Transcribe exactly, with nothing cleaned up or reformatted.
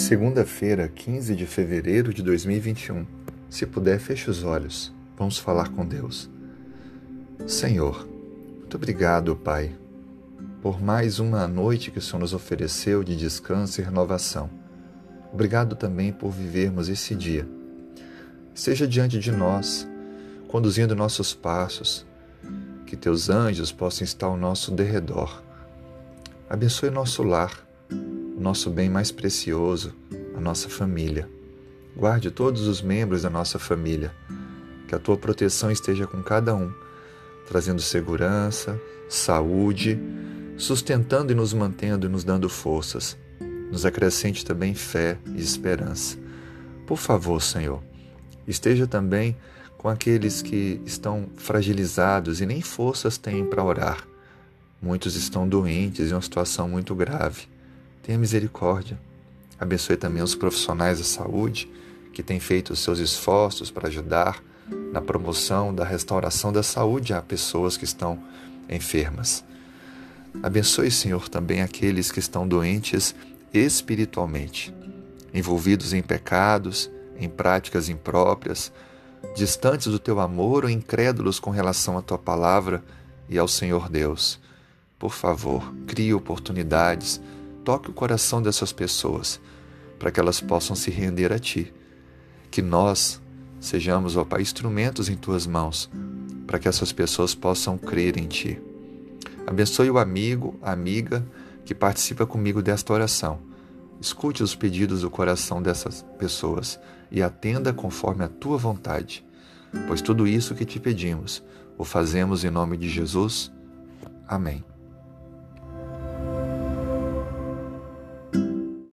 Segunda-feira, quinze de fevereiro de dois mil e vinte e um. Se puder, feche os olhos. Vamos falar com Deus. Senhor, muito obrigado, Pai, por mais uma noite que o Senhor nos ofereceu de descanso e renovação. Obrigado também por vivermos esse dia. Seja diante de nós, conduzindo nossos passos, que teus anjos possam estar ao nosso derredor. Abençoe nosso lar, o nosso bem mais precioso, a nossa família. Guarde todos os membros da nossa família, que a tua proteção esteja com cada um, trazendo segurança, saúde, sustentando e nos mantendo e nos dando forças. Nos acrescente também fé e esperança. Por favor, Senhor, esteja também com aqueles que estão fragilizados e nem forças têm para orar. Muitos estão doentes em uma situação muito grave. Tenha misericórdia. Abençoe também os profissionais da saúde que têm feito os seus esforços para ajudar na promoção da restauração da saúde a pessoas que estão enfermas. Abençoe, Senhor, também aqueles que estão doentes espiritualmente, envolvidos em pecados, em práticas impróprias, distantes do teu amor ou incrédulos com relação à tua palavra e ao Senhor Deus. Por favor, crie oportunidades, toque o coração dessas pessoas, para que elas possam se render a Ti. Que nós sejamos, ó Pai, instrumentos em Tuas mãos, para que essas pessoas possam crer em Ti. Abençoe o amigo, a amiga que participa comigo desta oração. Escute os pedidos do coração dessas pessoas e atenda conforme a Tua vontade. Pois tudo isso que Te pedimos, o fazemos em nome de Jesus. Amém.